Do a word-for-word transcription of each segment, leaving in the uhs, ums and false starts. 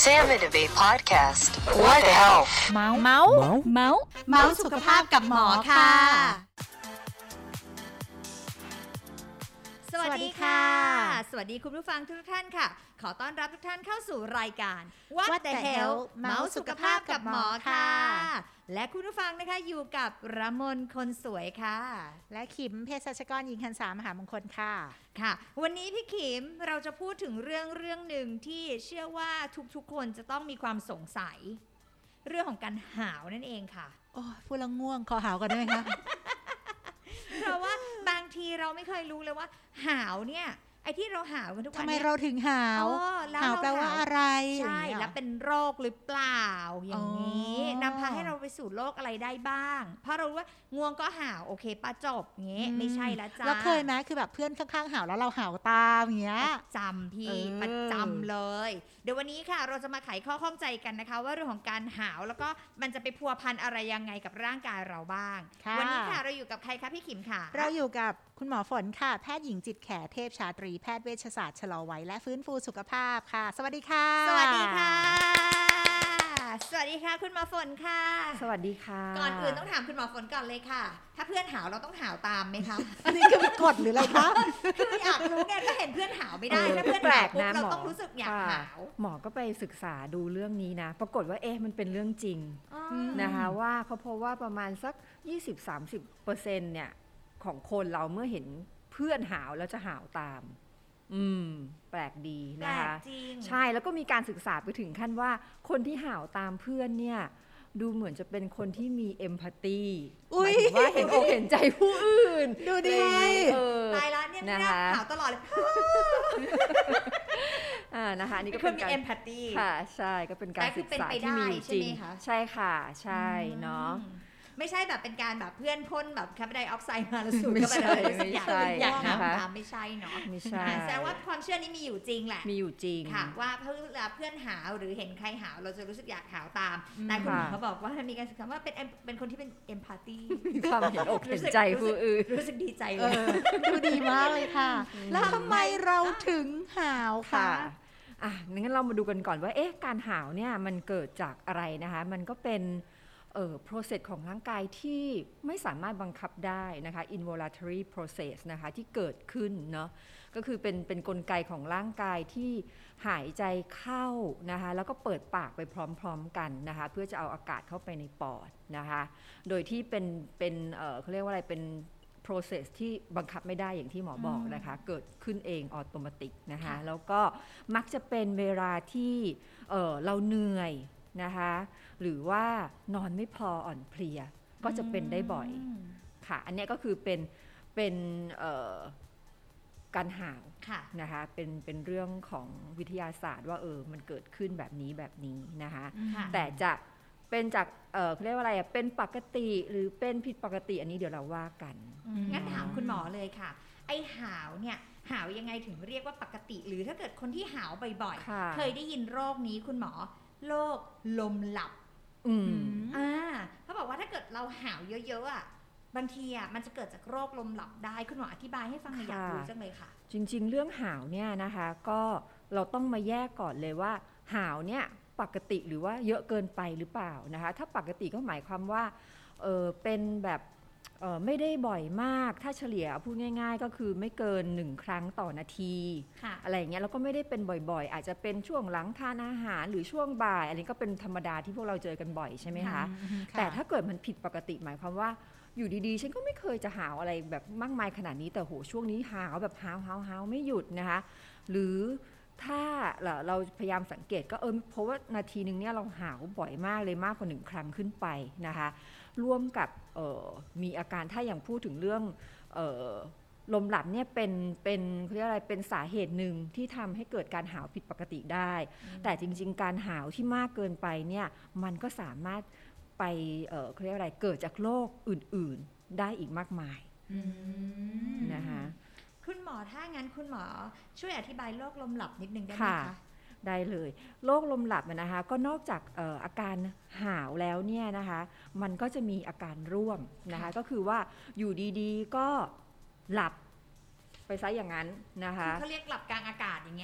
Sam and Abe podcast. What the health? เมาส์เมาส์เมาส์เมาส์สุขภาพกับหมอค่ะสวัสดีค่ะสวัสดีคุณผู้ฟังทุกท่านค่ะขอต้อนรับทุกท่านเข้าสู่รายการ What, What the Health เมาส์สุขภาพกับหมอค่ะและคุณผู้ฟังนะคะอยู่กับรมนคนสวยค่ะและขิมเภสัชกรหญิงหันษามหามงคลค่ะค่ะวันนี้พี่ขิมเราจะพูดถึงเรื่องเรื่องหนึ่งที่เชื่อว่าทุกๆคนจะต้องมีความสงสัยเรื่องของการหาวนั่นเองค่ะโอ้พูดแล้วง่วงขอหาวกันได้ไหมคะเพราะว่าบางทีเราไม่เคยรู้เลยว่าหาวเนี่ยไอ้ที่เราหาวกันทุกวันทำไมเราถึงหาวหาวแปลว่าอะไรใช่แล้วเป็นโรคหรือเปล่าอย่างนี้นำพาให้เราไปสู่โรคอะไรได้บ้างเพราะเรารู้ว่าง่วงก็หาวโอเคป้าจบเงี้ยไม่ใช่แล้วจ้าแล้วเคยไหมคือแบบเพื่อนข้างๆหาวแล้วเราหาวตามเงี้ยจำพี่ประจำเลยเดี๋ยววันนี้ค่ะเราจะมาไขข้อข้องใจกันนะคะว่าเรื่องของการหาวแล้วก็มันจะไปพัวพันอะไรยังไงกับร่างกายเราบ้างวันนี้ค่ะเราอยู่กับใครคะพี่ขิมค่ะเราอยู่กับคุณหมอฝนค่ะแพทย์หญิงจิตแขเทพชาตรีแพทย์เวชศาสตร์ชะลอวัยและฟื้นฟูสุขภาพค่ะสวัสดีค่ะสวัสดีค่ะสวัสดีค่ะคุณหมอฝนค่ะสวัสดีค่ะก่อนอื่นต้องถามคุณหมอฝนก่อนเลยค่ะถ้าเพื่อนหาวเราต้องหาวตามไหมคะอันนี้คือเป็นกฎหรืออะไรคะคืออยากรู้ไงถ้าเห็นเพื่อนหาวไม่ได้ถ้าเพื่อนหาวปุ๊บเราต้องรู้สึกอยากหาวหมอก็ไปศึกษาดูเรื่องนี้นะปรากฏว่าเอ๊ะมันเป็นเรื่องจริงนะคะว่าเขาพบว่าประมาณสัก ยี่สิบถึงสามสิบเปอร์เซ็นต์ เนี่ยของคนเราเมื่อเห็นเพื่อนหาวแล้วจะหาวตามอืมแปลกดีนะคะใช่แล้วก็มีการศึกษาไปถึงขั้นว่าคนที่หาวตามเพื่อนเนี่ยดูเหมือนจะเป็นคนที่มีเอมพัตตีหมายถึงว่าเห็นอกเห็นใจผู้อื่นดูดีตายแล้วเนี่ยนะคะหาวตลอดเลยอ่านะคะนี่ก็เป็นการมีเอมพัตตีค่ะใช่ก็เป็นการศึกษาที่มีจริงใช่ค่ะใช่เนาะไม่ใช่แบบเป็นการแบบเพื่อนพ่นแบบคาร์บอนไดออกไซด์มาแล้วสูดเข้าไปเลยสักอย่างอยากหาวตามไม่ใช่เนาะไม่ใช่แสดงว่าความเชื่อนี้มีอยู่จริงแหละมีอยู่จริงค่ะว่าเพื่อนหาวหรือเห็นใครหาวเราจะรู้สึกอยากหาวตามแต่คุณหมอเขาบอกว่ามีการศึกษาว่าเป็นเป็นคนที่เป็นเอมพาธีมีความเห็นอกเห็นใจผู้อื่นรู้สึกดีใจเลยดูดีมากเลยค่ะแล้วทำไมเราถึงหาวคะอ่ะงั้นเรามาดูกันก่อนว่าเอ๊ะการหาวเนี่ยมันเกิดจากอะไรนะคะมันก็เป็นเอ่อ process ของร่างกายที่ไม่สามารถบังคับได้นะคะ involuntary process นะคะที่เกิดขึ้นเนาะก็คือเป็นเป็นกลไกของร่างกายที่หายใจเข้านะคะแล้วก็เปิดปากไปพร้อมๆกันนะคะเพื่อจะเอาอากาศเข้าไปในปอดนะคะโดยที่เป็นเป็นเอ่อเขาเรียกว่าอะไรเป็น process ที่บังคับไม่ได้อย่างที่หมอบอกนะคะเกิดขึ้นเองออโตเมติกนะคะแล้วก็มักจะเป็นเวลาที่เอ่อเราเหนื่อยนะคะหรือว่านอนไม่พออ่อนเพลียก็จะเป็นได้บ่อยค่ะอันนี้ก็คือเป็นเป็นการหาวนะคะเป็นเป็นเรื่องของวิทยาศาสตร์ว่าเออมันเกิดขึ้นแบบนี้แบบนี้นะคะแต่จะเป็นจากเออเขาเรียกว่าอะไรอ่ะเป็นปกติหรือเป็นผิดปกติอันนี้เดี๋ยวเราว่ากันงั้นถามคุณหมอเลยค่ะไอ้หาวเนี่ยหาวยังไงถึงเรียกว่าปกติหรือถ้าเกิดคนที่หาวบ่อยๆเคยได้ยินโรคนี้คุณหมอโรคลมหลับอืมอ่าเขาบอกว่าถ้าเกิดเราหาวเยอะๆอ่ะบางทีอ่ะมันจะเกิดจากโรคลมหลับได้คุณหมออธิบายให้ฟังหน่อยอยากรู้จังเลยค่ะจริงๆเรื่องหาวเนี่ยนะคะก็เราต้องมาแยกก่อนเลยว่าหาวเนี่ยปกติหรือว่าเยอะเกินไปหรือเปล่านะคะถ้าปกติก็หมายความว่าเออเป็นแบบเออไม่ได้บ่อยมากถ้าเฉลี่ยพูดง่ายๆก็คือไม่เกินหนึ่งครั้งต่อนาทีอะไรอย่างเงี้ยแล้วก็ไม่ได้เป็นบ่อยๆอาจจะเป็นช่วงหลังทานอาหารหรือช่วงบ่ายอันนี้ก็เป็นธรรมดาที่พวกเราเจอกันบ่อยใช่ไหมคะแต่ถ้าเกิดมันผิดปกติหมายความว่าอยู่ดีๆฉันก็ไม่เคยจะหาวอะไรแบบมากมายขนาดนี้แต่โหช่วงนี้หาวแบบหาวหาวหาวไม่หยุดนะคะหรือถ้าเราพยายามสังเกตก็เออเพราะว่านาทีนึงเนี่ยเราหาวบ่อยมากเลยมากกว่าหนึ่งครั้งขึ้นไปนะคะร่วมกับมีอาการถ้าอย่างพูดถึงเรื่องลมหลับเนี่ยเป็นเป็นเขาเรียกอะไรเป็นสาเหตุหนึ่งที่ทำให้เกิดการหาวผิดปกติได้แต่จริงๆการหาวที่มากเกินไปเนี่ยมันก็สามารถไปเขาเรียกอะไรเกิดจากโรคอื่นๆได้อีกมากมายนะคะคุณหมอถ้างั้นคุณหมอช่วยอธิบายโรคลมหลับนิดนึงได้ไหมคะได้เลยโรคลมหลับนะคะก็นอกจากเอ่ออาการหาวแล้วเนี่ยนะคะมันก็จะมีอาการร่วมนะคะก็คือว่าอยู่ดีๆก็หลับไปซะอย่างนั้นนะคะเขาเรียกหลับกลางอากาศอย่างเงี้ยหรอใช่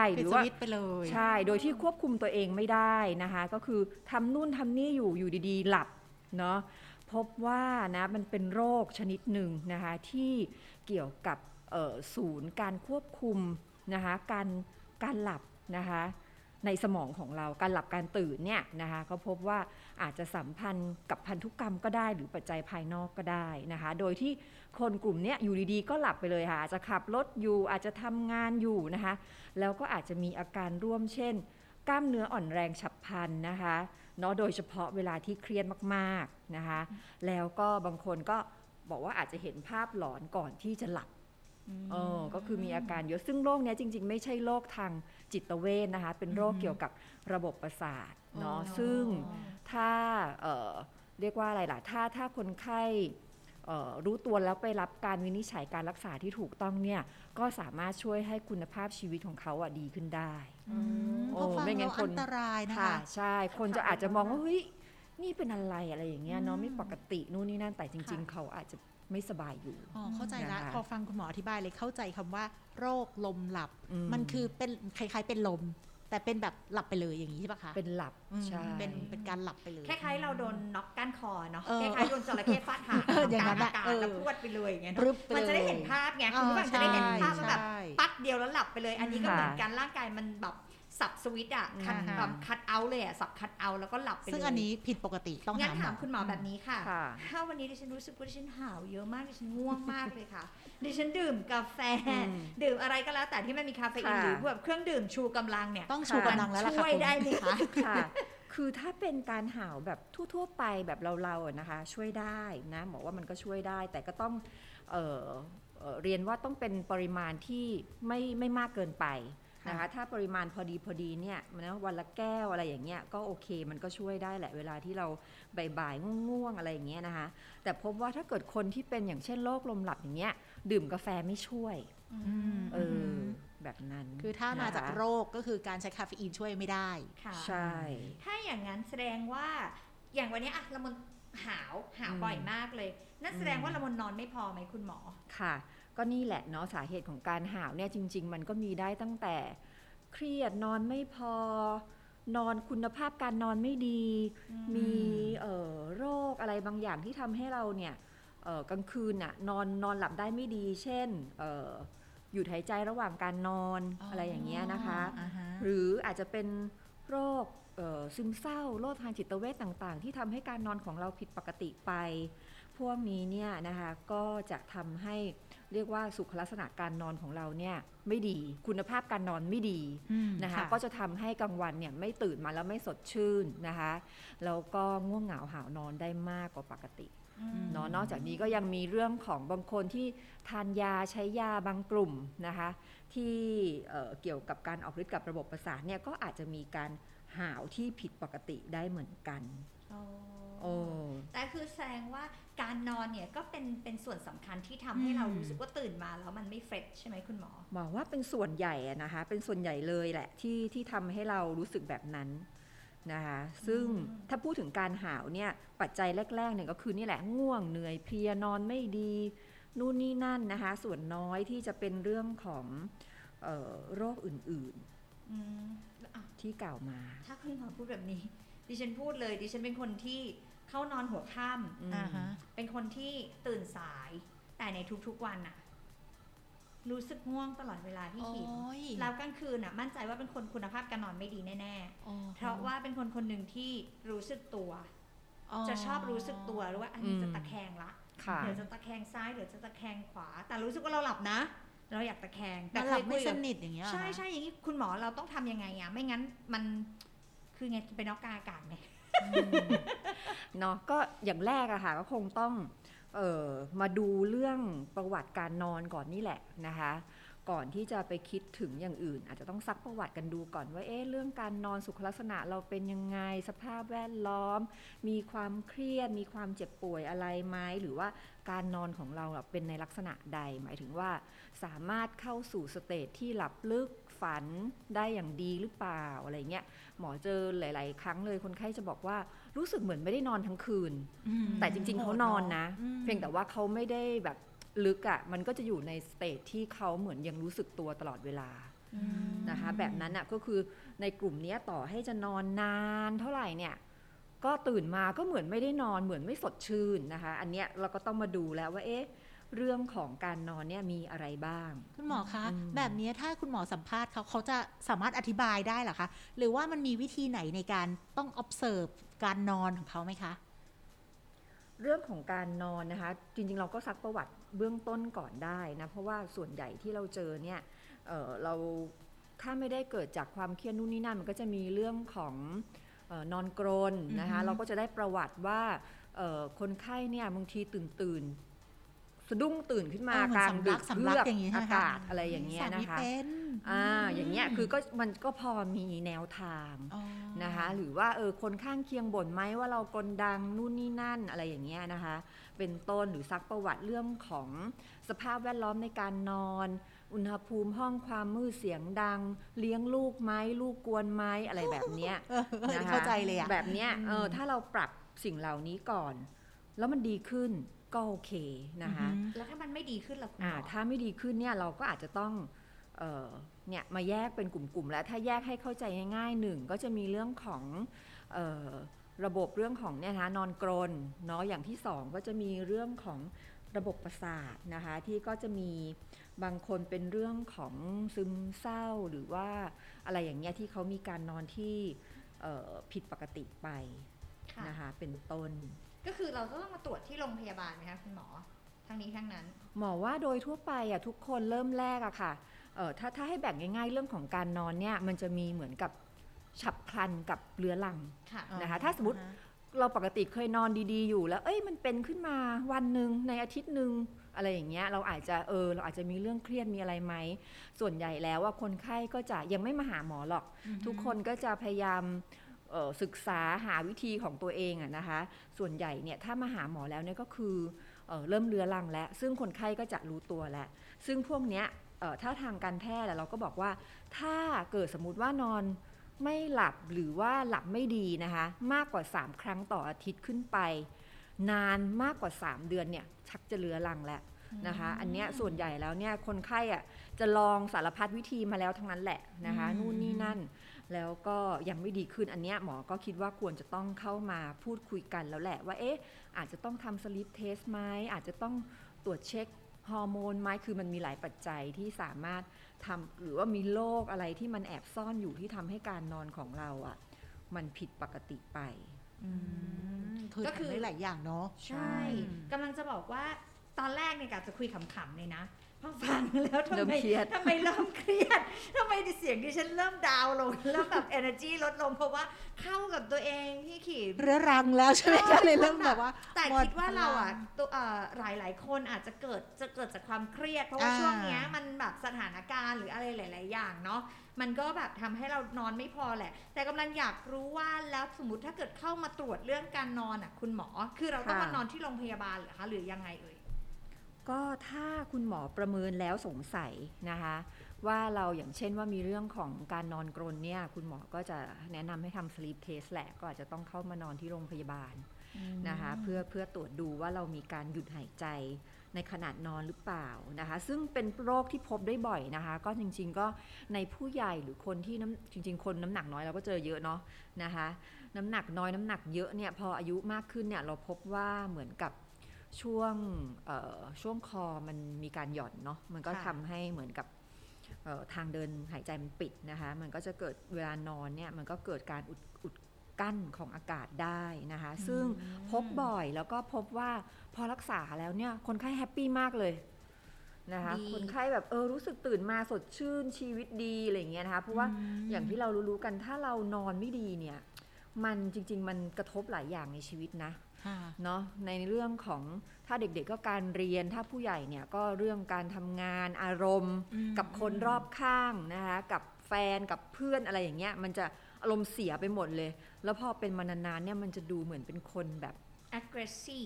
หรือว่าปิดสวิตช์ไปเลยใช่โดยที่ควบคุมตัวเองไม่ได้นะคะก็คือทำนู่นทำนี่อยู่อยู่ดีๆหลับเนาะพบว่านะมันเป็นโรคชนิดหนึ่งนะคะที่เกี่ยวกับศูนย์การควบคุมนะคะการการหลับนะคะในสมองของเราการหลับการตื่นเนี่ยนะคะเขาพบว่าอาจจะสัมพันธ์กับพันธุกรรมก็ได้หรือปัจจัยภายนอกก็ได้นะคะโดยที่คนกลุ่มนี้อยู่ดีๆก็หลับไปเลยค่ะอาจจะขับรถอยู่อาจจะทำงานอยู่นะคะแล้วก็อาจจะมีอาการร่วมเช่นกล้ามเนื้ออ่อนแรงฉับพลันนะคะเนาะโดยเฉพาะเวลาที่เครียดมากๆนะคะแล้วก็บางคนก็บอกว่าอาจจะเห็นภาพหลอนก่อนที่จะหลับเออก็คือมีอาการเยอะซึ่งโรคนี้จริงๆไม่ใช่โรคทางจิตเวชนะคะเป็นโรคเกี่ยวกับระบบประสาทเนาะซึ่งถ้า เอ่อ เรียกว่าอะไรล่ะถ้าถ้าคนไข้รู้ตัวแล้วไปรับการวินิจฉัยการรักษาที่ถูกต้องเนี่ยก็สามารถช่วยให้คุณภาพชีวิตของเขาอ่ะดีขึ้นได้โอ้ไม่งั้นคนอันตรายนะคะใช่คนจะอาจจะมองว่าเฮ้ยนี่เป็นอะไรอะไรอย่างเงี้ยเนาะไม่ปกตินู่นนี่นั่นแต่จริงๆเขาอาจจะไม่สบายอยู่อ๋อเข้าใจแล้วพอฟังคุณหมออธิบายเลยเข้าใจคำว่าโรคลมหลับมันคือเป็นคล้ายๆเป็นลมแต่เป็นแบบหลับไปเลยอย่างนี้ใช่ปะคะเป็นหลับใช่เป็นเป็นการหลับไปเลยคล้ายๆเราโดนน็อกก้านคอเนาะคล้ายๆโดนจระเข้ฟาดหางอย่างนั้นอากาศแล้วพรวดไปเลยอย่างเงี้ยมันจะได้เห็นภาพไงคุณผู้ฟังจะได้เห็นภาพว่าแบบปั๊กเดียวแล้วหลับไปเลยอันนี้ก็เหมือนกันร่างกายมันแบบสับสวิตช์อ่ะคัดแบบคัดเอาเลยอ่ะสับคัดเอาแล้วก็หลับไปเลยซึ่งอันนี้ผิดปกติต้องงั้นถามคุณหมอแบบนี้ค่ะถ้าวันนี้ดิฉันรู้สึกว่าดิฉันหาวเยอะมากดิฉันง่วงมากเลยค่ะดิฉันดื่มกาแฟดื่มอะไรก็แล้วแต่ที่มันมีคาเฟอีนหรือแบบเครื่องดื่มชูกำลังเนี่ยต้องชูกำลังแล้วล่ะค่ะช่วยได้ไหมคะคือถ้าเป็นการหาวแบบทั่วๆไปแบบเราๆนะคะช่วยได้นะหมอว่ามันก็ช่วยได้แต่ก็ต้องเอ่อเรียนว่าต้องเป็นปริมาณที่ไม่ไม่มากเกินไปนะคะถ้าปริมาณพอดีพอดีเนี่ยนะวันละแก้วอะไรอย่างเงี้ยก็โอเคมันก็ช่วยได้แหละเวลาที่เราบ่ายๆง่วงๆอะไรอย่างเงี้ยนะคะแต่พบว่าถ้าเกิดคนที่เป็นอย่างเช่นโรคลมหลับอย่างเงี้ยดื่มกาแฟไม่ช่วยเออแบบนั้นคือถ้ามาจากโรคก็คือการใช้คาเฟอีนช่วยไม่ได้ใช่ถ้าอย่างนั้นแสดงว่าอย่างวันนี้อะละมนหาวหาวบ่อยมากเลยนั่นแสดงว่าละมนนอนไม่พอไหมคุณหมอค่ะก็นี่แหละเนาะสาเหตุของการหาวเนี่ยจริงๆมันก็มีได้ตั้งแต่เครียดนอนไม่พอนอนคุณภาพการนอนไม่ดีมีเอ่อโรคอะไรบางอย่างที่ทำให้เราเนี่ยเอ่อกลางคืนน่ะนอนนอนหลับได้ไม่ดีเช่นเอ่อหยุดหายใจระหว่างการนอน อ, อะไรอย่างเงี้ยนะคะ uh-huh. หรืออาจจะเป็นโรคเอ่อซึมเศร้าโรคทางจิตเวชต่างๆที่ทำให้การนอนของเราผิดปกติไปพวกนี้เนี่ยนะคะก็จะทำให้เรียกว่าสุขลักษณะการนอนของเราเนี่ยไม่ดีคุณภาพการนอนไม่ดีนะคะก็จะทำให้กลางวันเนี่ยไม่ตื่นมาแล้วไม่สดชื่นนะคะแล้วก็ง่วงเหงาหาวนอนได้มากกว่าปกติเนาะนอกจากนี้ก็ยังมีเรื่องของบางคนที่ทานยาใช้ยาบางกลุ่มนะคะที่เอ่อเกี่ยวกับการออกฤทธิ์กับระบบประสาทเนี่ยก็อาจจะมีการหาวที่ผิดปกติได้เหมือนกันโอ้แต่คือแสดงว่าการนอนเนี่ยก็เป็นเป็นส่วนสำคัญที่ทำให้เรารู้สึกว่าตื่นมาแล้วมันไม่เฟรชใช่ไหมคุณหมอหมอว่าเป็นส่วนใหญ่นะคะเป็นส่วนใหญ่เลยแหละที่ที่ทำให้เรารู้สึกแบบนั้นนะคะซึ่งถ้าพูดถึงการหาวเนี่ยปัจจัยแรกๆเนี่ยก็คือนี่แหละง่วงเหนื่อยเพลียนอนไม่ดีนู่นนี่นั่นนะคะส่วนน้อยที่จะเป็นเรื่องของเอ่อโรคอื่นๆที่กล่าวมาถ้าคุณหมอพูดแบบนี้ดิฉันพูดเลยดิฉันเป็นคนที่เข้านอนหัวค่ำเป็นคนที่ตื่นสายแต่ในทุกๆวันน่ะรู้สึกง่วงตลอดเวลาที่หิวแล้วกลางคืนน่ะมั่นใจว่าเป็นคนคุณภาพการนอนไม่ดีแน่ๆเพราะว่าเป็นคนคนหนึ่งที่รู้สึกตัวจะชอบรู้สึกตัวรู้ว่าอันนี้จะตะแคงละเดี๋ยวจะตะแคงซ้ายเดี๋ยวจะตะแคงขวาแต่รู้สึกว่าเราหลับนะเราอยากตะแคงแต่หลับไม่สนิทอย่างเงี้ยใช่ใช่อย่างนี้คุณหมอเราต้องทำยังไงอ่ะไม่งั้นมันคือไงไปนอกกลางอากาศไหมเนาะก็อย่างแรกอะค่ะก็คงต้องเอ่อมาดูเรื่องประวัติการนอนก่อนนี่แหละนะคะก่อนที่จะไปคิดถึงอย่างอื่นอาจจะต้องซักประวัติกันดูก่อนว่าเอ๊ะเรื่องการนอนสุขลักษณะเราเป็นยังไงสภาพแวดล้อมมีความเครียดมีความเจ็บป่วยอะไรไหมหรือว่าการนอนของเราเป็นในลักษณะใดหมายถึงว่าสามารถเข้าสู่สเตจที่หลับลึกฝันได้อย่างดีหรือเปล่าอะไรเงี้ยหมอเจอหลายๆครั้งเลยคนไข้จะบอกว่ารู้สึกเหมือนไม่ได้นอนทั้งคืนแต่จริงๆเขานอนนะเพียงแต่ว่าเขาไม่ได้แบบลึกอ่ะมันก็จะอยู่ในสเตจที่เขาเหมือนยังรู้สึกตัวตลอดเวลานะคะแบบนั้นน่ะก็คือในกลุ่มนี้ต่อให้จะนอนนานเท่าไหร่เนี่ยก็ตื่นมาก็เหมือนไม่ได้นอนเหมือนไม่สดชื่นนะคะอันเนี้ยเราก็ต้องมาดูแล้วว่าเอ๊ะเรื่องของการนอนเนี่ยมีอะไรบ้างคุณหมอคะแบบนี้ถ้าคุณหมอสัมภาษณ์เขาเขาจะสามารถอธิบายได้เหรอคะหรือว่ามันมีวิธีไหนในการต้อง observe การนอนของเขาไหมคะเรื่องของการนอนนะคะจริงๆเราก็ซักประวัติเบื้องต้นก่อนได้นะเพราะว่าส่วนใหญ่ที่เราเจอเนี่ย เอ่อ เราถ้าไม่ได้เกิดจากความเครียดนู่นนี่นั่นมันก็จะมีเรื่องของเอ่อนอนกรนนะคะเราก็จะได้ประวัติว่าเอ่อคนไข้เนี่ยบางทีตื่นตื่นสะดุ้งตื่นขึ้นมากลางดึกเพื่ออากาศอะไรอย่างเงี้ยนะคะอ่าอย่างเงี้ยคือก็มันก็พอมีแนวทางนะคะหรือว่าเออคนข้างเคียงบ่นไหมว่าเรากรนดังนู่นนี่นั่นอะไรอย่างเงี้ยนะคะเป็นต้นหรือซักประวัติเรื่องของสภาพแวดล้อมในการนอนอุณหภูมิห้องความมืดเสียงดังเลี้ยงลูกไหมลูกกวนไหมอะไรแบบเนี้ยนะคะเข้าใจเลยอะแบบเนี้ยเออถ้าเราปรับสิ่งเหล่านี้ก่อนแล้วมันดีขึ้นก็โอเคนะคะแล้วถ้ามันไม่ดีขึ้นล่ะคุณหมอถ้าไม่ดีขึ้นเนี่ยเราก็อาจจะต้องเอ่อเนี่ยมาแยกเป็นกลุ่มๆแล้วถ้าแยกให้เข้าใจง่ายๆหนึ่งก็จะมีเรื่องของเอ่อระบบเรื่องของเนี่ยนะคะนอนกรนเนาะอย่างที่สองก็จะมีเรื่องของระบบประสาทนะคะที่ก็จะมีบางคนเป็นเรื่องของซึมเศร้าหรือว่าอะไรอย่างเงี้ยที่เขามีการนอนที่ผิดปกติไปนะคะเป็นต้นก็คือเราต้องมาตรวจที่โรงพยาบาลไหมคะคุณหมอทั้งนี้ทั้งนั้นหมอว่าโดยทั่วไปอ่ะทุกคนเริ่มแรกอะค่ะเอ่อถ้าถ้าให้แบ่งง่ายๆเรื่องของการนอนเนี่ยมันจะมีเหมือนกับฉับพลันกับเรื้อรังนะคะถ้าสมมติเราปกติเคยนอนดีๆอยู่แล้วเอ้ยมันเป็นขึ้นมาวันนึงในอาทิตย์นึงอะไรอย่างเงี้ยเราอาจจะเออเราอาจจะมีเรื่องเครียดมีอะไรไหมส่วนใหญ่แล้วว่าคนไข้ก็จะยังไม่มาหาหมอหรอกทุกคนก็จะพยายามศึกษาหาวิธีของตัวเองอะนะคะส่วนใหญ่เนี่ยถ้ามาหาหมอแล้วเนี่ยก็คือ เอ่อ เริ่มเรื้อรังแล้วซึ่งคนไข้ก็จะรู้ตัวแล้วซึ่งพวกเนี้ยถ้าทางการแพทย์เราก็บอกว่าถ้าเกิดสมมุติว่านอนไม่หลับหรือว่าหลับไม่ดีนะคะมากกว่าสามครั้งต่ออาทิตย์ขึ้นไปนานมากกว่าสามเดือนเนี่ยชักจะเรื้อรังแล้วนะคะอันเนี้ยส่วนใหญ่แล้วเนี่ยคนไข้อ่ะจะลองสารพัดวิธีมาแล้วทั้งนั้นแหละนะคะนู่นนี่นั่นแล้วก็ยังไม่ดีขึ้นอันเนี้ยหมอก็คิดว่าควรจะต้องเข้ามาพูดคุยกันแล้วแหละว่าเอ๊ะอาจจะต้องทำสลีปเทสไหมอาจจะต้องตรวจเช็คฮอร์โมนไหมคือมันมีหลายปัจจัยที่สามารถทำหรือว่ามีโรคอะไรที่มันแอบซ่อนอยู่ที่ทำให้การนอนของเราอ่ะมันผิดปกติไปก็คือหลายอย่างเนาะใช่กำลังจะบอกว่าตอนแรกเนี่ยกะจะคุยขำๆเลยนะพอฟังแล้วทำไมทำไมเริ่มเครียดทำไมเสียงดิฉันเริ่มดาวลงเริ่มแบบ energy ลดลงเพราะว่าเข้ากับตัวเองที่ขีดเรื้อรังแล้วใช่ไหมก็เลยเริ่มแบบว่าแต่คิดว่าเราอ่ะตัวหลายหลายคนอาจจะเกิดจะเกิดจากความเครียดเพราะว่าช่วงนี้มันแบบสถานการณ์หรืออะไรหลายๆอย่างเนาะมันก็แบบทำให้เรานอนไม่พอแหละแต่กำลังอยากรู้ว่าแล้วสมมติถ้าเกิดเข้ามาตรวจเรื่องการนอนอ่ะคุณหมอคือเราต้องมานอนที่โรงพยาบาลเหรอคะหรือยังไงเอ่ยก็ถ้าคุณหมอประเมินแล้วสงสัยนะคะว่าเราอย่างเช่นว่ามีเรื่องของการนอนกรนเนี่ยคุณหมอก็จะแนะนำให้ทำ sleep test แหละก็อาจจะต้องเข้ามานอนที่โรงพยาบาลนะคะเพื่อเพื่อตรวจดูว่าเรามีการหยุดหายใจในขณะนอนหรือเปล่านะคะซึ่งเป็นโรคที่พบได้บ่อยนะคะก็จริงๆก็ในผู้ใหญ่หรือคนที่น้ำจริงๆคนน้ำหนักน้อยเราก็เจอเยอะเนาะนะคะน้ำหนักน้อยน้ำหนักเยอะเนี่ยพออายุมากขึ้นเนี่ยเราพบว่าเหมือนกับช่วงช่วงคอมันมีการหย่อนเนาะมันก็ทำให้เหมือนกับทางเดินหายใจมันปิดนะคะมันก็จะเกิดเวลานอนเนี่ยมันก็เกิดการอุดอุดกั้นของอากาศได้นะคะซึ่งพบบ่อยแล้วก็พบว่าพอรักษาแล้วเนี่ยคนไข้แฮปปี้มากเลยนะคะคนไข้แบบเออรู้สึกตื่นมาสดชื่นชีวิตดีอะไรอย่างเงี้ยนะคะเพราะว่าอย่างที่เรารู้ๆกันถ้าเรานอนไม่ดีเนี่ยมันจริงๆมันกระทบหลายอย่างในชีวิตนะเนาะในเรื่องของถ้าเด็กๆก็การเรียนถ้าผู้ใหญ่เนี่ยก็เรื่องการทำงานอารมณ์กับคนรอบข้างนะคะกับแฟนกับเพื่อนอะไรอย่างเงี้ยมันจะอารมณ์เสียไปหมดเลยแล้วพอเป็นมานานๆเนี่ยมันจะดูเหมือนเป็นคนแบบ aggressive อ่ะ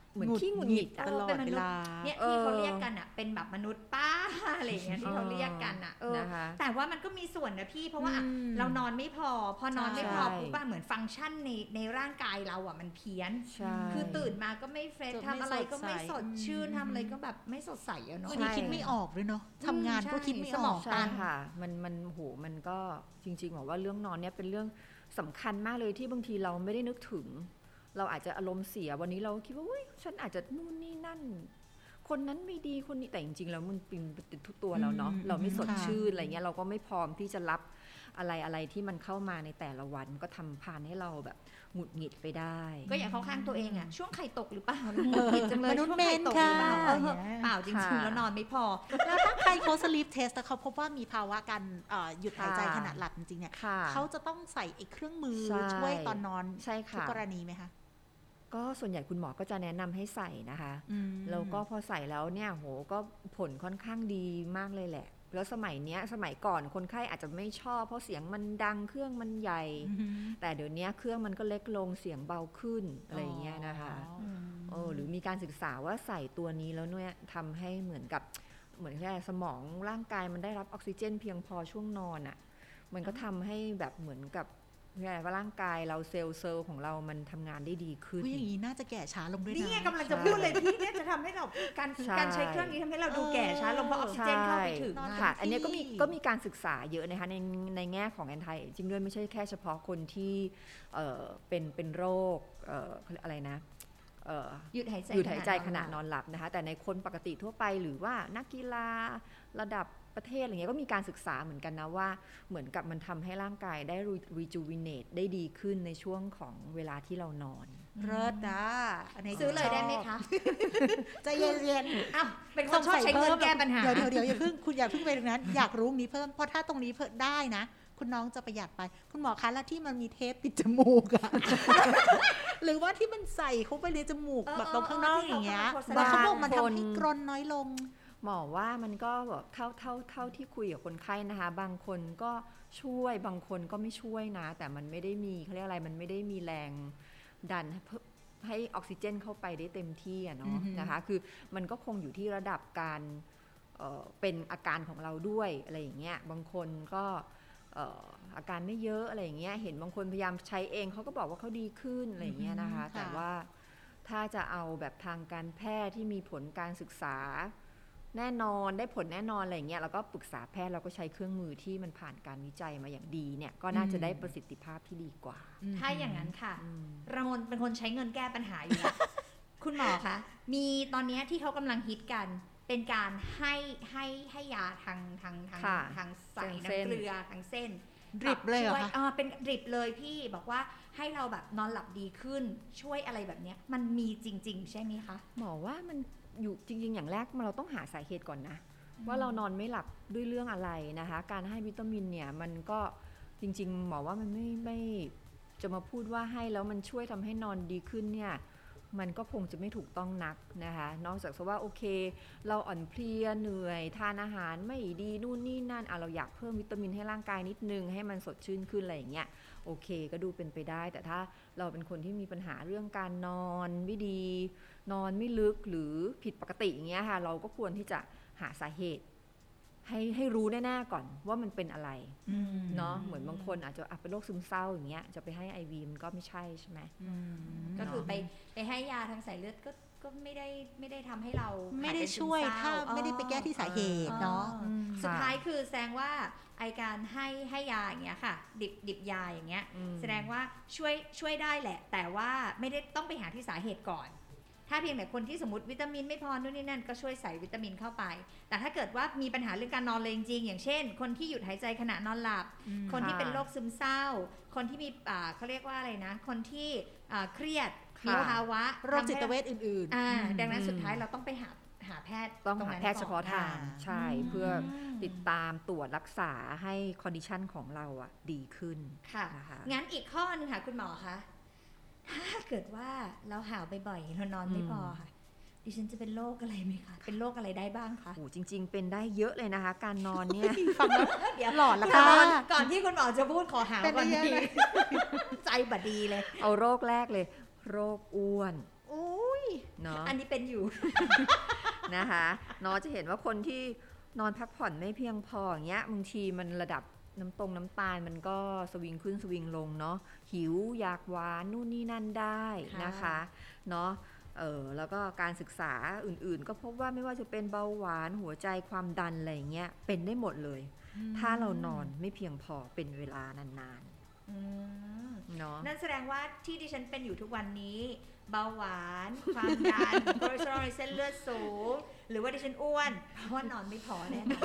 เหมือนขี้หงุดหงิดตลอดเวลาเนี่ยที่เขาเรียกกันอ่ะเป็นแบบมนุษย์ป้าอะไรอย่างเงี้ยที่เขาเรียกกันอ่ะเออนะคะแต่ว่ามันก็มีส่วนนะพี่เพราะว่าอืมเรานอนไม่พอพอนอนไม่พอใช่ปุ๊บอะเหมือนฟังก์ชันในในร่างกายเราอ่ะมันเพี้ยนใช่คือตื่นมาก็ไม่เฟรชจะไม่ทำอะไรก็ไม่สสดดใสชื่นอืมทำอะไรก็แบบไม่สดใสอะเนาะบางทีคิดไม่ออกด้วยเนาะทำงานก็คิดไม่สอมออก งใช่ค่ะมันมันโหมันก็จริงๆบอกว่าเรื่องนอนเนี่ยเป็นเรื่องสำคัญมากเลยที่บางทีเราไม่ได้นึกถึง เราอาจจะอารมณ์เสียวันนี้เราคิดว่าอุ้ยฉันอาจจะนู่นนี่นั่น คนนั้นไม่ดีคนนี้แต่จริงๆแล้วมันเป็นติดทุกตัวเราเนาะอืมเราไม่สดค่ะชื่นอะไรเงี้ยเราก็ไม่พร้อมที่จะรับอะไรอะไรที่มันเข้ามาในแต่ละวันก็ทำพานให้เราแบบหงุดหงิดไปได้ก็อย่าเข้าข้างตัวเองอะช่วงไข่ตกหรือเปล่าเออผิดจังเลยมนุษย์ช่วงไข่ตกหรือเปล่าเมนค่ะเออเปล่าจริงค่ะๆแล้วนอนไม่พอแล้วถ้าใครเขาสลีปเทสเขาพบว่ามีภาวะการเอ่อหยุดหายใจค่ะขณะหลับจริงๆเนี่ยค่ะเขาจะต้องใส่ไอ้เครื่องมือใช่ช่วยตอนนอนใช่ทุกค่ะกรณีไหมคะก็ส่วนใหญ่คุณหมอก็จะแนะนำให้ใส่นะคะอืมแล้วก็พอใส่แล้วเนี่ยโหก็ผลค่อนข้างดีมากเลยแหละ แล้วสมัยเนี้ยสมัยก่อนคนไข้อาจจะไม่ชอบเพราะเสียงมันดังเครื่องมันใหญ่อืมแต่เดี๋ยวนี้เครื่องมันก็เล็กลงเสียงเบาขึ้นอะไรอย่างเงี้ยนะคะอ๋อเออหรือมีการศึกษาว่าใส่ตัวนี้แล้วเนี่ยทำให้เหมือนกับเหมือนแค่สมองร่างกายมันได้รับออกซิเจนเพียงพอช่วงนอนอะ่ะมันก็ทำให้แบบเหมือนกับว่าร่างกายเราเซลล์เซลล์ของเรามันทำงานได้ดีขึ้นอุ๊ยอย่างนี้น่าจะแก่ช้าลงด้วยนะนี่ไงกำลังจะพูดเลยพี่เนี่ยจะทำให้เราการใช่การใช้เครื่องนี้ทำให้เราดูแก่ช้าลงเพราะออกซิเจนเข้าไปถึงนอนอะค่ะที่อันนี้ก็มีก็มีการศึกษาเยอะนะคะในในแง่ของแอนตี้จริงด้วยไม่ใช่แค่เฉพาะคนที่เอ่อเป็นเป็นโรคเอ่อเขาเรียกอะไรนะเอ่อหยุดหายใจหยุดหายใจขณะนนอนหลับนะคะแต่ในคนปกติทั่วไปหรือว่านักกีฬาระดับประเทศอะไรเงี้ยก็มีการศึกษาเหมือนกันนะว่าเหมือนกับมันทำให้ร่างกายได้ rejuvenate ได้ดีขึ้นในช่วงของเวลาที่เรานอนเลิศนะอันนี้ซื้อเลยได้ไหมคะใจเย็นอ้าวเป็นคนชอบใช้เงินแก้ปัญหาเดี๋ยวเดี๋ยวเดี๋ยวอย่าเพิ่งคุณอย่าเพิ่งไปตรงนั้น อยากรู้นี้เพิ่มเพราะถ้าตรงนี้เพิ่มได้นะ คุณน้องจะประหยัดไป คุณหมอคะแล้วที่มันมีเทปปิดจมูกอะ หรือว่าที่มันใส่เข้าไปในจมูกเออแบบตรงข้างนอกอย่างเงี้ยเออเออที่แล้วเขาเขากำลังโฆษณาบอกมันทำให้กรนน้อยลงหมอว่ามันก็แบบเท่าเท่าเท่าที่คุยกับคนไข้นะคะบางคนก็ช่วยบางคนก็ไม่ช่วยนะ แต่มันไม่ได้มีเขาเรียกอะไรมันไม่ได้มีแรงดันให้เพิ่มให้ออกซิเจนเข้าไปได้เต็มที่อะเนาะอือฮึนะคะคือมันก็คงอยู่ที่ระดับการเอ่อเป็นอาการของเราด้วยอะไรอย่างเงี้ยบางคนก็เอ่ออาการไม่เยอะอะไรอย่างเงี้ยเห็นบางคนพยายามใช้เองเขาก็บอกว่าเขาดีขึ้นอะไรอย่างเงี้ยนะคะอืมค่ะแต่ว่าถ้าจะเอาแบบทางการแพทย์ที่มีผลการศึกษาแน่นอนได้ผลแน่นอนอะไรอย่างเงี้ยเราก็ปรึกษาแพทย์เราก็ใช้เครื่องมือที่มันผ่านการวิจัยมาอย่างดีเนี่ยก็น่าจะได้ประสิทธิภาพที่ดีกว่าถ้าอย่างนั้นค่ะอืมระมนเป็นคนใช้เงินแก้ปัญหาอยู่แล้ว คุณหมอคะมีตอนเนี้ยที่เขากำลังฮิตกัน เป็นการให้ให้ให้ยาทางทางทางค่ะทางสายทางเส้นน้ำเกลือทางเส้นดริปเลยเหรอช่วคะอ่าเป็นดริปเลยพี่บอกว่าให้เราแบบนอนหลับดีขึ้นช่วยอะไรแบบเนี้ยมันมีจริง ๆ ใช่ไหมคะหมอว่ามันอยู่จริงๆอย่างแรกเราต้องหาสาเหตุก่อนนะว่าเรานอนไม่หลับด้วยเรื่องอะไรนะคะการให้วิตามินเนี่ยมันก็จริงๆหมอว่ามันไม่ไม่จะมาพูดว่าให้แล้วมันช่วยทำให้นอนดีขึ้นเนี่ยมันก็คงจะไม่ถูกต้องนักนะคะนอกจากว่าโอเคเราอ่อนเพลียเหนื่อยทานอาหารไม่ดีนู่นนี่นั่นอ่ะเราอยากเพิ่มวิตามินให้ร่างกายนิดนึงให้มันสดชื่นขึ้นอะไรอย่างเงี้ยโอเคก็ดูเป็นไปได้แต่ถ้าเราเป็นคนที่มีปัญหาเรื่องการนอนไม่ดีนอนไม่ลึกหรือผิดปกติอย่างเงี้ยค่ะเราก็ควรที่จะหาสาเหตุให้ให้รู้แน่ๆก่อนว่ามันเป็นอะไรอืมเนาะเหมือนบางคนอาจจะอ่ะเป็นโรคซึมเศร้าอย่างเงี้ยจะไปให้ ไอ วี มันก็ไม่ใช่ใช่ไหมอืมก็คือไปไปให้ยาทางสายเลือดก็ก็ไม่ได้ไม่ได้ทำให้เราไม่ได้หาเป็นช่วยซึมเศถ้าร้ไม่ได้ไปแก้ที่สาเหตุเนาะอ๋ออืมสุดท้ายคือแสดงว่าไอการให้ให้ยาอย่างเงี้ยค่ะ ดิบดิบยาอย่างเงี้ยอืมแสดงว่าช่วยช่วยได้แหละ แต่ว่าไม่ได้ต้องไปหาที่สาเหตุก่อน ถ้าเพียงแต่คนที่สมมติวิตามินไม่พอนู่นนี่นั่นก็ช่วยใส่วิตามินเข้าไป แต่ถ้าเกิดว่ามีปัญหาเรื่องการนอนเลยจริงๆอย่างเช่น คนที่หยุดหายใจขณะนอนหลับอืมคนที่ค่ะเป็นโรคซึมเศร้า คนที่มีอ่าเขาเรียกว่าอะไรนะ คนที่อ่าเครียดค่ะมีภาวะโรคจิตเวชอื่นๆอ่าอืมดังนั้นสุดท้ายเราต้องไปหาหาแพทย์ต้องรหานั้นแพทย์เฉพาะทางก่อนใช่อืมเพื่อติดตามตรวจรักษาให้คอนดิชันของเราอะดีขึ้นค่ะนะคะงั้นอีกข้อนึงค่ะคุณหมอคะ ถ้าเกิดว่าเราหาวบ่อยๆเรานอนไม่พอค่ะ ดิฉันจะเป็นโรคอะไรไหมคะ เป็นโรคอะไรได้บ้างคะโอ้จริง ๆ เป็นได้เยอะเลยนะคะ การนอนเนี่ยฟังแล้วเดี๋ยวหลอนละก่ค่ะอนก่อนที่คุณหมอจะพูดขอหาวเป็นก่อนได้เยอะดีเลยใจบดดีเลยเอาโรคแรกเลย โรคอ้วนโอ้ยเนาะอันนี้เป็นอยู่นะคะเนาะจะเห็นว่าคนที่นอนพักผ่อนไม่เพียงพออย่างเงี้ยบางทีมันระดับน้ำตรงน้ำตาลมันก็สวิงขึ้นสวิงลงเนาะหิวอยากหวานนู่นนี่นั่นได้นะคะเนาะเออแล้วก็การศึกษาอื่นๆก็พบว่าไม่ว่าจะเป็นเบาหวานหัวใจความดันอะไรอย่างเงี้ยเป็นได้หมดเลยถ้าเรานอนไม่เพียงพอเป็นเวลานานๆเนาะนั่นแสดงว่าที่ดิฉันเป็นอยู่ทุกวันนี้เบาหวานความดัน คอเลสเตอรอลในเส้นเลือดสูงหรือว่าดิฉันอ้วนเพราะว่านอนไม่พอแน่นอน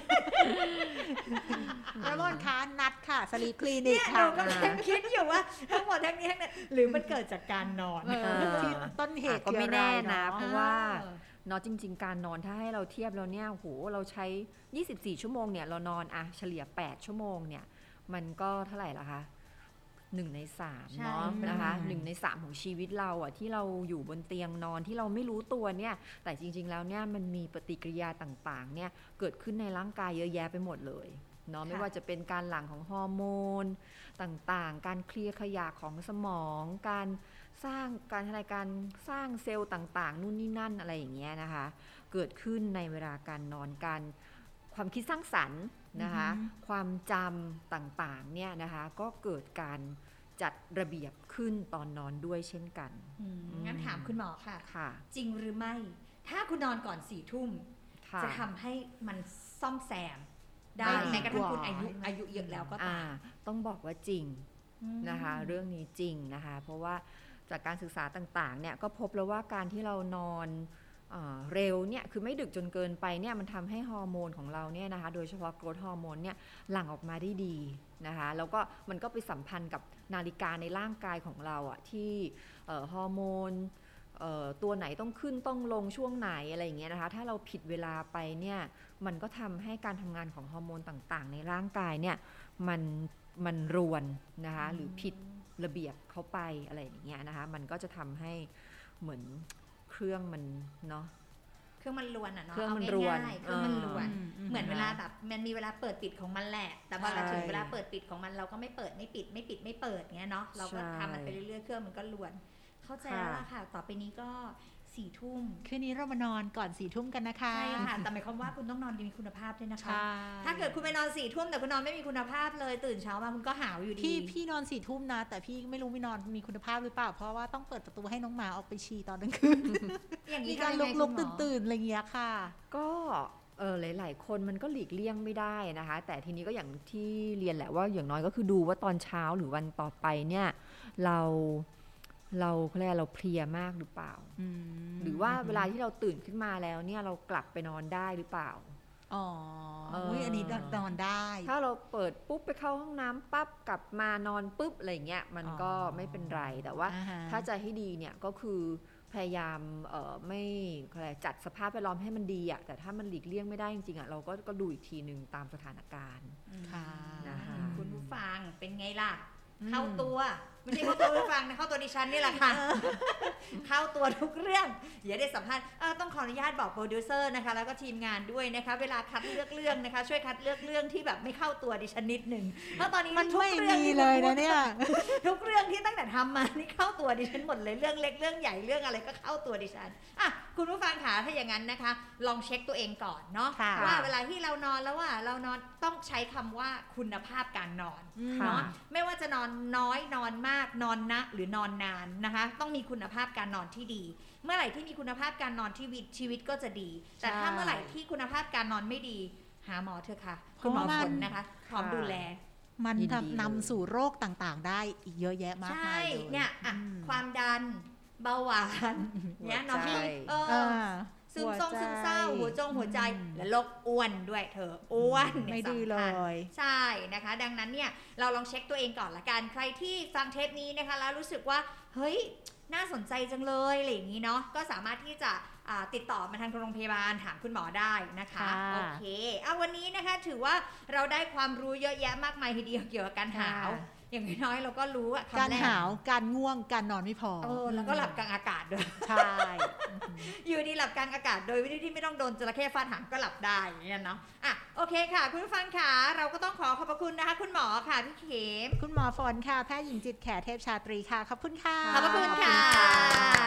แล้วก็ค้านัดค่ะสลีปคลินิเนี่กยหค่ะนูกำลังคิดอยู่ว่าทั้งหมดทั้งนี้ทั้งนั้นหรือมันเกิดจากการนอนเออที่ต้นเหตุก็ไม่แน่นะคืออเพราะว่าเนาะจริงๆการนอนถ้าให้เราเทียบแล้วเนี่ยโหเราใช้ยี่สิบสี่ชั่วโมงเนี่ยเรานอนอะเฉลี่ยแปดชั่วโมงเนี่ยมันก็เท่าไหร่ล่ะคะหนึ่งในสามเนาะนะคะหนึ่งในสามของชีวิตเราอ่ะที่เราอยู่บนเตียงนอนที่เราไม่รู้ตัวเนี่ยแต่จริงๆแล้วเนี่ยมันมีปฏิกิริยาต่างๆเนี่ยเกิดขึ้นในร่างกายเยอะแยะไปหมดเลยเนาะไม่ว่าจะเป็นการหลั่งของฮอร์โมนต่างๆการเคลียร์ขยะของสมองการสร้างการอะไรการสร้างเซลล์ต่างๆนู่นนี่นั่นอะไรอย่างเงี้ยนะคะเกิดขึ้นในเวลาการนอนการความคิดสร้างสรรค์นะคะความจำต่างๆเนี่ยนะคะก็เกิดการจัดระเบียบขึ้นตอนนอนด้วยเช่นกันงั้นถามคุณหมอค่ะค่ะจริงหรือไม่ถ้าคุณนอนก่อนสี่ทุ่มจะทำให้มันซ่อมแซมได้แม้กระทั่งคุณอายุอายุเยอะแล้วก็ตามต้องบอกว่าจริงนะคะเรื่องนี้จริงนะคะเพราะว่าจากการศึกษาต่างๆเนี่ยก็พบแล้วว่าการที่เรานอนเร็วเนี่ยคือไม่ดึกจนเกินไปเนี่ยมันทำให้ฮอร์โมนของเราเนี่ยนะคะโดยเฉพาะโกรทฮอร์โมนเนี่ยหลั่งออกมาได้ดีนะคะแล้วก็มันก็ไปสัมพันธ์กับนาฬิกาในร่างกายของเราอะที่ฮอร์โมนตัวไหนต้องขึ้นต้องลงช่วงไหนอะไรอย่างเงี้ยนะคะถ้าเราผิดเวลาไปเนี่ยมันก็ทำให้การทำงานของฮอร์โมนต่างๆในร่างกายเนี่ยมันมันรวนนะคะหรือผิดระเบียบเข้าไปอะไรอย่างเงี้ยนะคะมันก็จะทำให้เหมือนเครื่องมันเนาะเครื่องมันรวนอ่ะเนาะเครื่องมันรวนเครื่องมันรวนเหมือนเวลาแบบมันมีเวลาเปิดปิดของมันแหละแต่พอเราถึงเวลาเปิดปิดของมันเราก็ไม่เปิดไม่ปิดไม่ปิดไม่เปิดเงี้ยเนาะเราก็ทำมันไปเรื่อยๆเครื่องมันก็รวนเข้าใจแล้วล่ะค่ะต่อไปนี้ก็สี่ทุ่มคืนนี้เรามานอนก่อนสี่ทุ่มกันนะคะใช่ค่ะแต่หมายความว่าคุณต้องนอนมีคุณภาพด้วยนะคะถ้าเกิดคุณไปนอนสี่ทุ่มแต่คุณนอนไม่มีคุณภาพเลยตื่นเช้ามาคุณก็หาวอยู่ดีพี่พี่นอนสี่ทุ่มนะแต่พี่ไม่รู้ไม่นอนมีคุณภาพหรือเปล่าเพราะว่าต้องเปิดประตูให้น้องหมาออกไปฉี่ตอนกลางคืนอย่างนี้การลุกๆตื่นๆอะไรเงี้ยค่ะก็เออหลายๆคนมันก็หลีกเลี่ยงไม่ได้นะคะแต่ทีนี้ก็อย่างที่เรียนแหละว่าอย่างน้อยก็คือดูว่าตอนเช้าหรือวันต่อไปเนี่ยเราเราเขาเรียกเราเพลียมากหรือเปล่าหรือว่าเวลาที่เราตื่นขึ้นมาแล้วเนี่ยเรากลับไปนอนได้หรือเปล่าอ๋ออันนี้นอนได้ถ้าเราเปิดปุ๊บไปเข้าห้องน้ำปั๊บกลับมานอนปุ๊บอะไรเงี้ยมันก็ไม่เป็นไรแต่ว่าถ้าจะให้ดีเนี่ยก็คือพยายามไม่อะไรจัดสภาพแวดล้อมให้มันดีอ่ะแต่ถ้ามันหลีกเลี่ยงไม่ได้จริงๆอ่ะเราก็ก็ดูอีกทีนึงตามสถานการณ์นะคะคุณผู้ฟังเป็นไงล่ะเข้าตัวไม่ใช่เข้าตัวผู้ฟังนะเข้าตัวดิฉันนี่แหละค่ะเข้าตัวทุกเรื่องอย่าได้สัมภาษณ์ต้องขออนุญาตบอกโปรดิวเซอร์นะคะแล้วก็ทีมงานด้วยนะคะเวลาคัดเลือกเรื่องนะคะช่วยคัดเลือกเรื่องที่แบบไม่เข้าตัวดิฉันนิดนึงเพราะตอนนี้มันไม่มีเลยนะเนี่ยทุกเรื่องที่ตั้งแต่ทำมานี่เข้าตัวดิฉันหมดเลยเรื่องเล็กเรื่องใหญ่เรื่องอะไรก็เข้าตัวดิฉันอ่ะคุณผู้ฟังขาถ้าอย่างนั้นนะคะลองเช็คตัวเองก่อนเนาะว่าเวลาที่เรานอนแล้วว่าเรานอนต้องใช้คำว่าคุณภาพการนอนเนาะไม่ว่าจะนอนน้อยนอนมากนอนนะหรือนอนนานนะคะต้องมีคุณภาพการนอนที่ดีเมื่อไหร่ที่มีคุณภาพการนอนที่ชีวิตก็จะดีแต่ถ้าเมื่อไหร่ที่คุณภาพการนอนไม่ดีหาหมอเถอะค่ะคุณหมอฝนนะคะพร้อมดูแลมันนำสู่โรคต่างๆได้อีกเยอะแยะมากมายเลยเนี่ยความดันเบาหวานเนี่ยน้องพี่เออซึมซ่งซึมเศร้าหัวจงหัวใจและโรคอ้วนด้วยเธออ้วนไม่ดีเลยใช่นะคะดังนั้นเนี่ยเราลองเช็คตัวเองก่อนละกันใครที่ฟังเทปนี้นะคะแล้วรู้สึกว่าเฮ้ยน่าสนใจจังเลยอะไรอย่างนี้เนาะก็สามารถที่จะติดต่อมาทางโรงพยาบาลถามคุณหมอได้นะคะโอเคเอาวันนี้นะคะถือว่าเราได้ความรู้เยอะแยะมากมายทีเดียวเกี่ยวกับการหาวอย่างน้อยเราก็รู้ว่าการหาวการง่วงการนอนไม่พอเออแล้วก็หลับกลางอากาศด้วยใช่อยู่ดีหลับกลางอากาศโดยวิธีที่ไม่ต้องโดนจระเข้ฟาดหางก็หลับได้เนี่ยเนาะอ่ะโอเคค่ะคุณผู้ฟังค่ะเราก็ต้องขอขอบพระคุณนะคะคุณหมอค่ะพี่เขมคุณหมอฝนค่ะแพทย์หญิงจิตแขเทพชาตรีค่ะขอบคุณค่ะขอบพระคุณค่ะ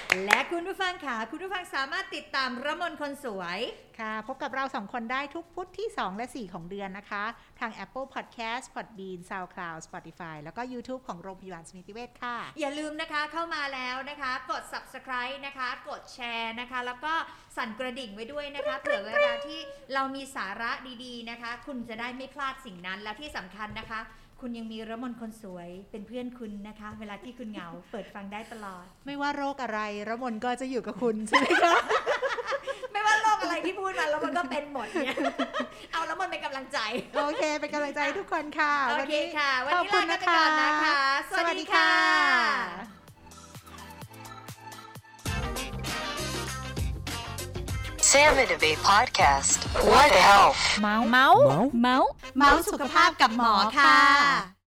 และคุณผู้ฟังค่ะคุณผู้ฟังสามารถติดตามระมนคนสวยค่ะพบกับเราสองคนได้ทุกพุธที่สองและสี่ของเดือนนะคะทาง Apple Podcast Podbean SoundCloud Spotify แล้วก็ YouTube ของโรงพยาบาลสมิติเวชค่ะอย่าลืมนะคะเข้ามาแล้วนะคะกด Subscribe นะคะกดแชร์นะคะแล้วก็สั่นกระดิ่งไว้ด้วยนะคะเผื่อเวลาที่เรามีสาระดีๆนะคะคุณจะได้ไม่พลาดสิ่งนั้นและที่สำคัญนะคะคุณยังมีระมนคนสวยเป็นเพื่อนคุณนะคะเวลาที่คุณเหงาเปิดฟังได้ตลอดไม่ว่าโรคอะไรระมนก็จะอยู่กับคุณใช่ไหมคะไม่ว่าโรคอะไรที่พูดมาแล้วมันก็เป็นหมดเนี่ยเอาแล้วมันเป็นกำลังใจโอเคเป็นกำลังใจทุกคนค่ะโอเคค่ะวันนี้ลาไปก่อนนะคะสวัสดีค่ะ Saminivate Podcast What the Health เมาส์เมาส์เมาส์เมาส์สุขภาพกับหมอค่ะ